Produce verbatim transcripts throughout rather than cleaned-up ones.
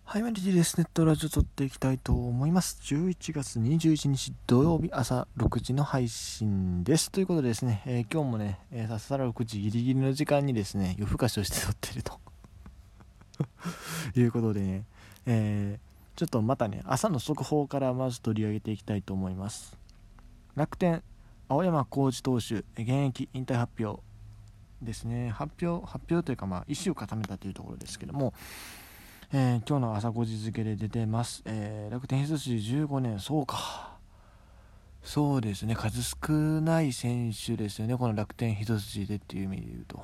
はい、マリジです。ネットラジオ撮っていきたいと思います。じゅういちがつにじゅういちにち土曜日朝ろくじの配信です。ということでですね、えー、今日もね、えー、朝ろくじギリギリの時間にですね、夜更かしをして撮っているということでね、えー、ちょっとまたね、朝の速報からまず取り上げていきたいと思います。楽天、青山浩二投手、現役引退発表ですね。発表、発表というか、まあ、意思を固めたというところですけども、えー、今日の朝ごじ付で出てます、えー、楽天一筋じゅうごねん、そうかそうですね、数少ない選手ですよね、この楽天一筋でっていう意味で言うと、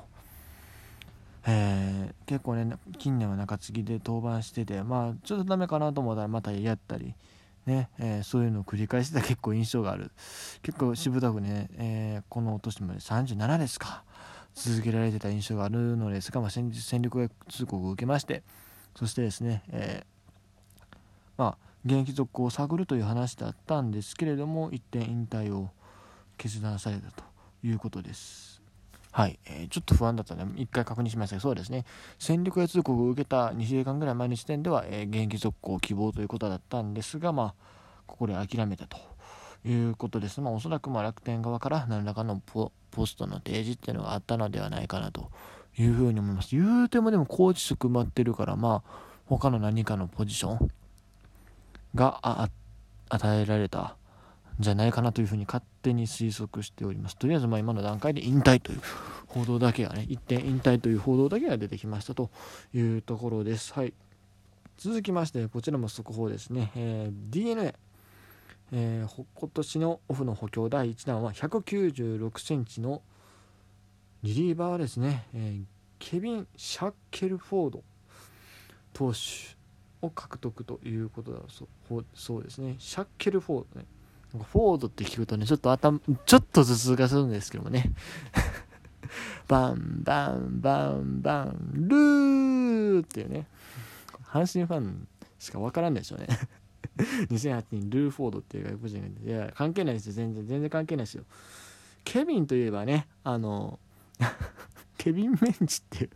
えー、結構ね近年は中継ぎで登板してて、まあちょっとダメかなと思ったらまたやったりね、えー、そういうのを繰り返してた結構印象がある。結構しぶとくね、えー、この年までさんじゅうななですか続けられてた印象があるのですが、まあ、先日戦力外通告を受けまして、そしてですね、えー、まあ現役続行を探るという話だったんですけれども、一転引退を決断されたということです。はい、えー、ちょっと不安だったので一回確認しましたが、そうですね、戦力外通告を受けたにしゅうかんぐらい前の時点では、えー、現役続行希望ということだったんですが、まあここで諦めたということです。まあおそらくまあ楽天側から何らかの ポ, ポストの提示っていうのがあったのではないかなというふうに思います。言うてもでもコーチ職待ってるから、まあ他の何かのポジションがあ与えられたんじゃないかなというふうに勝手に推測しております。とりあえずまあ今の段階で引退という報道だけがね、一点引退という報道だけが出てきましたというところです。はい。続きましてこちらも速報ですね。えー、ディーエヌエー、えー、今年のオフの補強だいいちだんはひゃくきゅうじゅうろくセンチのリリーバーですね、えー、ケビン・シャッケルフォード投手を獲得ということだそう、そうですね。シャッケルフォードね。フォードって聞くとね、ちょっと頭、ちょっと頭痛がするんですけどもね。バンバンバンバンルーっていうね。阪神ファンしかわからんでしょうね。にせんはちねんルーフォードっていう外国人がいて、いや関係ないですよ、全然全然関係ないですよ。ケビンといえばね、あのケビン・メンチっていう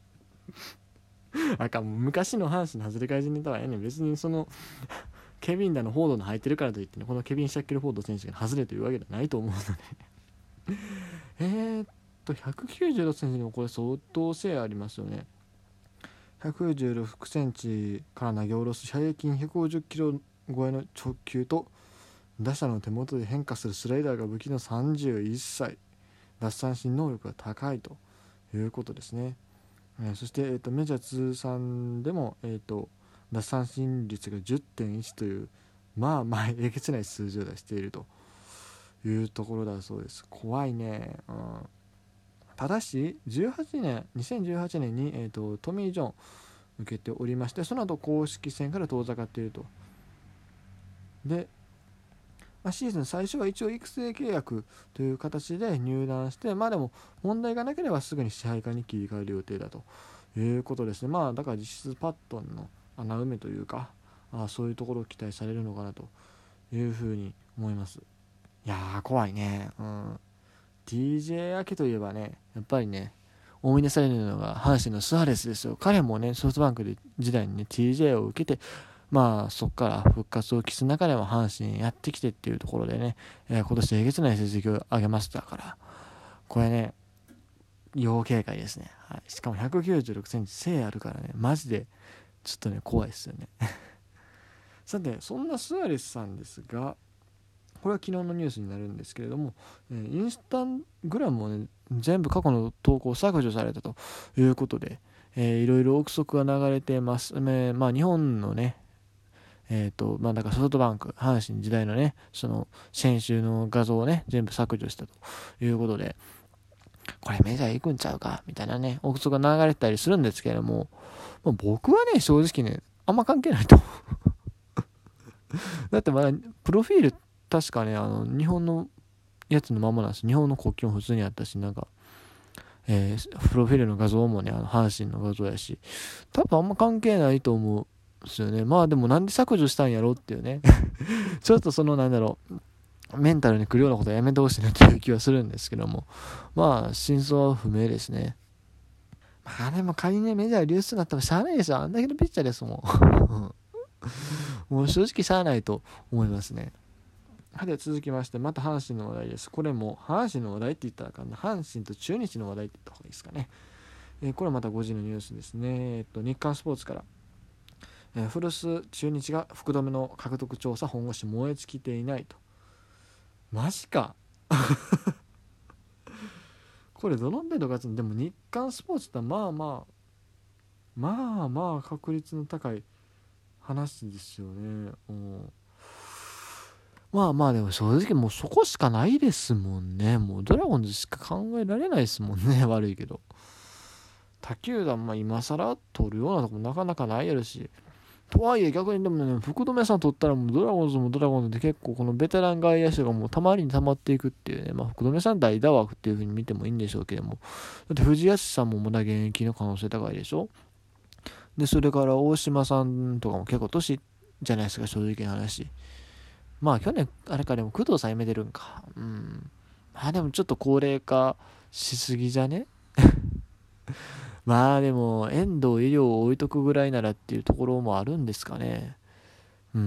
あかん、昔の阪神の外れ外人ネタはやねん。別にそのケビンだのフォードの入ってるからといって、ね、このケビン・シャッケルフォード選手が外れというわけではないと思うのでえーっとひゃくきゅうじゅうろくセンチでもこれ相当性ありますよね。ひゃくじゅうろくセンチから投げ下ろす平均ひゃくごじゅっキロ超えの直球と、打者の手元で変化するスライダーが武器のさんじゅういっさい、奪三振能力が高いということですね。えー、そして、えー、とメジャー通算でも、えー、と奪三振率が じゅってんいち という、まあまあえげつない数字を出しているというところだそうです。怖いね。うん、ただしじゅうはちねんにせんじゅうはちねんに、えー、とトミー・ジョン受けておりまして、その後公式戦から遠ざかっていると。で、まあ、シーズン最初は一応育成契約という形で入団して、まあでも問題がなければすぐに支配下に切り替える予定だということですね。まあだから実質パットンの穴埋めというか、あそういうところを期待されるのかなというふうに思います。いやー怖いね。うん。ティージェー 明けといえばね、やっぱりね、思い出されるのが阪神のスアレスですよ。彼もね、ソフトバンクで時代にね ティージェー を受けて、まあそこから復活を期す中でも阪神やってきてっていうところでね、えー、今年えげつない成績を上げましたから、これね要警戒ですね。はい、しかもひゃくきゅうじゅうろくセンチ背あるからね、マジでちょっとね怖いですよね。さてそんなスアレスさんですが、これは昨日のニュースになるんですけれども、えー、インスタグラムをね全部過去の投稿を削除されたということで、えー、いろいろ憶測が流れてます。えー、まあ日本のねえっ、ー、とまあだからソフトバンク阪神時代のねその先週の画像をね全部削除したということで、これメジャー行くんちゃうかみたいなね憶測が流れてたりするんですけれども、まあ、僕はね正直ねあんま関係ないとだってまだプロフィール確かねあの日本のやつのままなんです。日本の国旗も普通にあったし、なんか、えー、プロフィールの画像もねあの阪神の画像やし、多分あんま関係ないと思うんですよね。まあでもなんで削除したんやろっていうねちょっとそのなんだろうメンタルにくるようなことはやめてほしいなという気はするんですけども、まあ真相は不明ですね。 まあでも仮にねメジャー流出になってもしゃあないですよ。あんだけのピッチャーですもんもう正直しゃあないと思いますね。はい、では続きましてまた阪神の話題です。これも阪神の話題って言ったらあかんな、阪神と中日の話題って言った方がいいですかね。えー、これはまたごじのニュースですね。えっと日刊スポーツから、えー、古巣中日が福留の獲得調査本腰燃え尽きていないと。マジかこれどの程度勝つの。でも日刊スポーツってまあまあまあまあ確率の高い話ですよね。うん、まあまあでも正直もうそこしかないですもんね。もうドラゴンズしか考えられないですもんね悪いけど他球団まあ今更取るようなとこもなかなかないやるし、とはいえ逆にでもね福留さん取ったらもうドラゴンズもドラゴンズで結構このベテラン外野手がもうたまりにたまっていくっていうね、まあ福留さん代打枠っていう風に見てもいいんでしょうけども、だって藤安さんもまだ現役の可能性高いでしょ。でそれから大島さんとかも結構年じゃないですか正直な話。まあ去年あれかでも工藤さん辞めてるんか。うん。まあでもちょっと高齢化しすぎじゃねまあでも遠藤医療を置いとくぐらいならっていうところもあるんですかね。うん。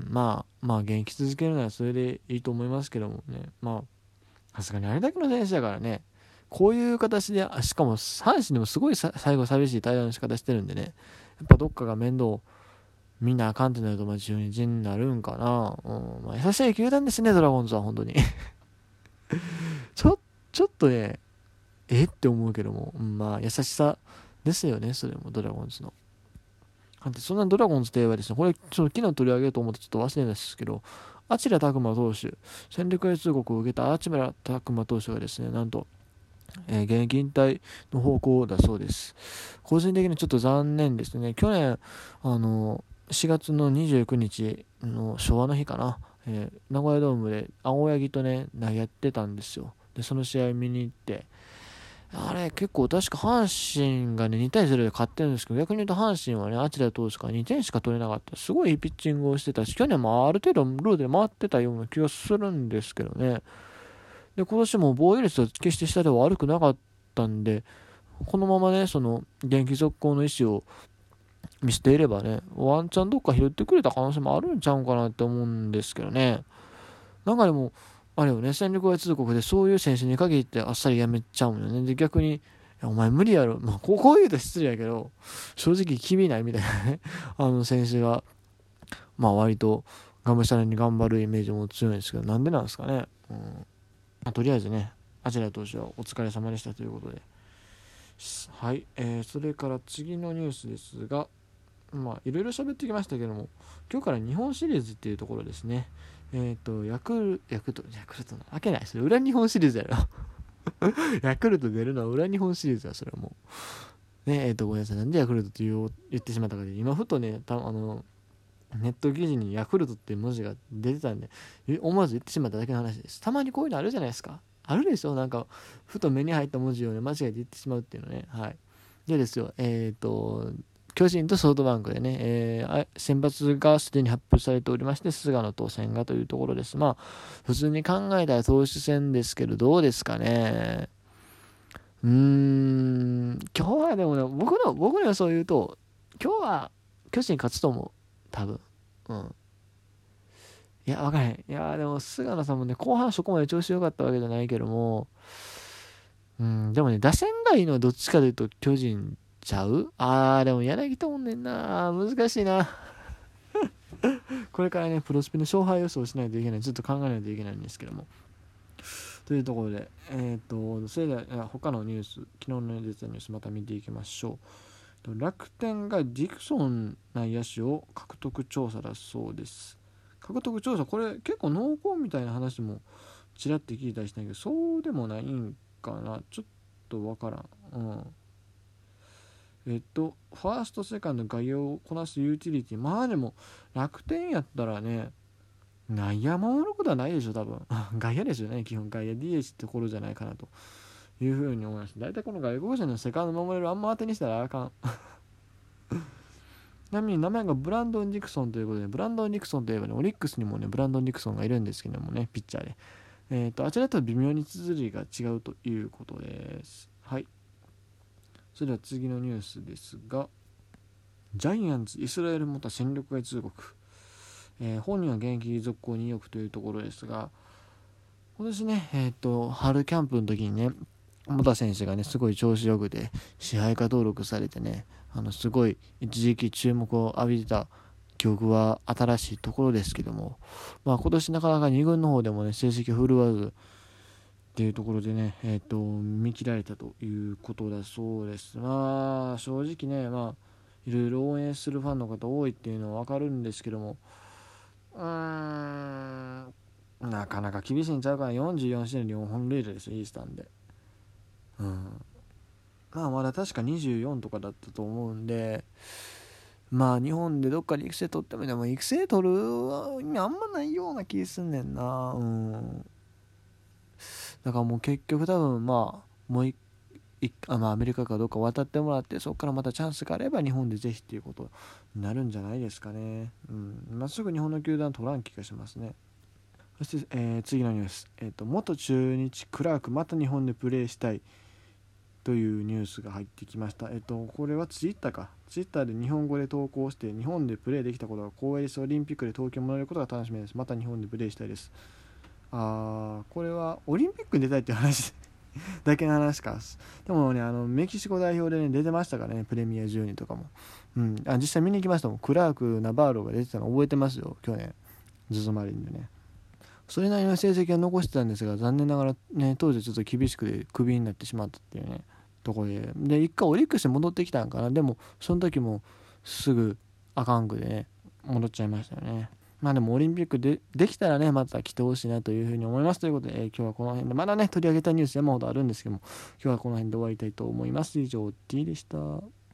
まあまあ現役続けるならそれでいいと思いますけどもね。まあさすがにあれだけの選手だからね。こういう形で、しかも阪神でもすごい最後寂しい対応の仕方してるんでね。やっぱどっかが面倒みんなあかんってなるとまあ中日になるんかな。うん、まあ、優しい球団ですねドラゴンズは本当にちょちょっとねえって思うけども、うん、まあ優しさですよねそれもドラゴンズの。でそんなドラゴンズといえばですね、これちょっと昨日取り上げようと思ってちょっと忘れたんですけど、あちら拓磨投手、戦力外通告を受けたあちら拓磨投手がですね、なんと、えー、現役引退の方向だそうです。個人的にちょっと残念ですね。去年、あの、しがつのにじゅうくにちの昭和の日かな、えー、名古屋ドームで青柳とね、投げてたんですよ。で、その試合見に行って、あれ結構確か阪神がねにたいゼロで勝ってるんですけど、逆に言うと阪神はねあちら投手からにてんしか取れなかった。すごいいいピッチングをしてたし、去年もある程度ルールで回ってたような気がするんですけどね。で今年も防御率は決して下では悪くなかったんで、このままねその現役続行の意思を見せていればね、ワンチャンどっか拾ってくれた可能性もあるんちゃうかなって思うんですけどね。なんかでもあれよね、戦力外通告でそういう選手に限ってあっさりやめちゃうんよね。で逆にお前無理やろ、まあ、こうこう言うと失礼やけど正直君ないみたいなねあの選手がまあ割とがむしゃらに頑張るイメージも強いんですけど、なんでなんですかね。うん、まあ、とりあえずねあちら投手はお疲れ様でしたということで、はい、えー、それから次のニュースですが、まあいろいろ喋ってきましたけども、今日から日本シリーズっていうところですね。えっ、ー、とヤクルヤクルトヤクルトの開けない、それ裏日本シリーズやろヤクルト出るのは裏日本シリーズやそれはもうね。えっ、ー、とごめんなさい、なんでヤクルトって言う言ってしまったかで、今ふとねたあのネット記事にヤクルトっていう文字が出てたんで思わず言ってしまっただけの話です。たまにこういうのあるじゃないですか。あるでしょ、なんかふと目に入った文字をね間違えて言ってしまうっていうのね。はい。でですよ、えっ、ー、と巨人とソフトバンクでね、えー、選抜がすでに発表されておりまして、菅野と千賀というところです。まあ、普通に考えたら投手戦ですけど、どうですかね。うーん、今日はでもね、僕の、僕の予想を言うと、今日は巨人勝つと思う。多分。うん。いや、わからへん。いや、でも菅野さんもね、後半そこまで調子良かったわけじゃないけども、うん、でもね、打線がいいのはどっちかというと巨人ちゃう。あーでも柳田おんねんな、難しいなこれからねプロスピの勝敗予想をしないといけない、ずっと考えないといけないんですけども、というところでえっ、ー、とそれでは他のニュース、昨日の出たニュースまた見ていきましょう。楽天がディクソン内野手を獲得調査だそうです。獲得調査、これ結構濃厚みたいな話もちらって聞いたりしたんやけど、そうでもないんかな、ちょっとわからん。うんえっと、ファースト、セカンド、外野をこなすユーティリティ。まあでも、楽天やったらね、内野守ることはないでしょ、多分。外野ですよね、基本。外野 ディーエイチ ってところじゃないかなというふうに思います。大体この外国人のセカンド守れるあんま当てにしたらあかん。ちなみに名前がブランドン・ディクソンということで、ブランドン・ディクソンといえばね、オリックスにもね、ブランドン・ディクソンがいるんですけどもね、ピッチャーで。えっと、あちらと微妙に綴りが違うということです。はい。 それでは次のニュースですが、ジャイアンツイスラエルモタ戦力外通告、えー、本人は現役続行に意欲というところですが、今年ね、えー、と春キャンプの時にね、モタ選手がねすごい調子よくて支配下登録されてね、あのすごい一時期注目を浴びてた記憶は新しいところですけども、まあ、今年なかなかに軍の方でもね成績振るわずっていうところでね、えー、と見切られたということだそうです。まあ正直ね、まあいろいろ応援するファンの方多いっていうのは分かるんですけども、うーんなかなか厳しいんちゃうかな。よんじゅうよん試合によんほん塁打ですよ、イースタンで。うん、まあまだ確かにじゅうよんとかだったと思うんで、まあ日本でどっかで育成取ってもでも育成取る意味あんまないような気すんねんな。うん。だからもう結局多分まあもう一あまあアメリカかどうか渡ってもらって、そこからまたチャンスがあれば日本でぜひっていうことになるんじゃないですかね。うん。まっすぐ日本の球団取らん気がしますね。そして、えー、次のニュース、えーと、元中日クラークまた日本でプレーしたいというニュースが入ってきました。えっ、ー、とこれはツイッターかツイッターで日本語で投稿して、日本でプレーできたことが光栄です、オリンピックで東京に戻れることが楽しみです、また日本でプレーしたいです。あーこれはオリンピックに出たいっていう話だけの話か。でもね、あのメキシコ代表でね出てましたからね、プレミアじゅうにとかも、うん、あ実際見に行きましたもん。クラークナバーロが出てたの覚えてますよ、去年ズズマリンでね。それなりの成績は残してたんですが、残念ながらね当時ちょっと厳しくてクビになってしまったっていうねところで、で一回オリックスに戻ってきたんかな。でもその時もすぐあかんくでね戻っちゃいましたよね。まあでもオリンピックでできたらねまた来てほしいなというふうに思いますということで、えー、今日はこの辺でまだね取り上げたニュース山ほどあるんですけども、今日はこの辺で終わりたいと思います。以上 T でした。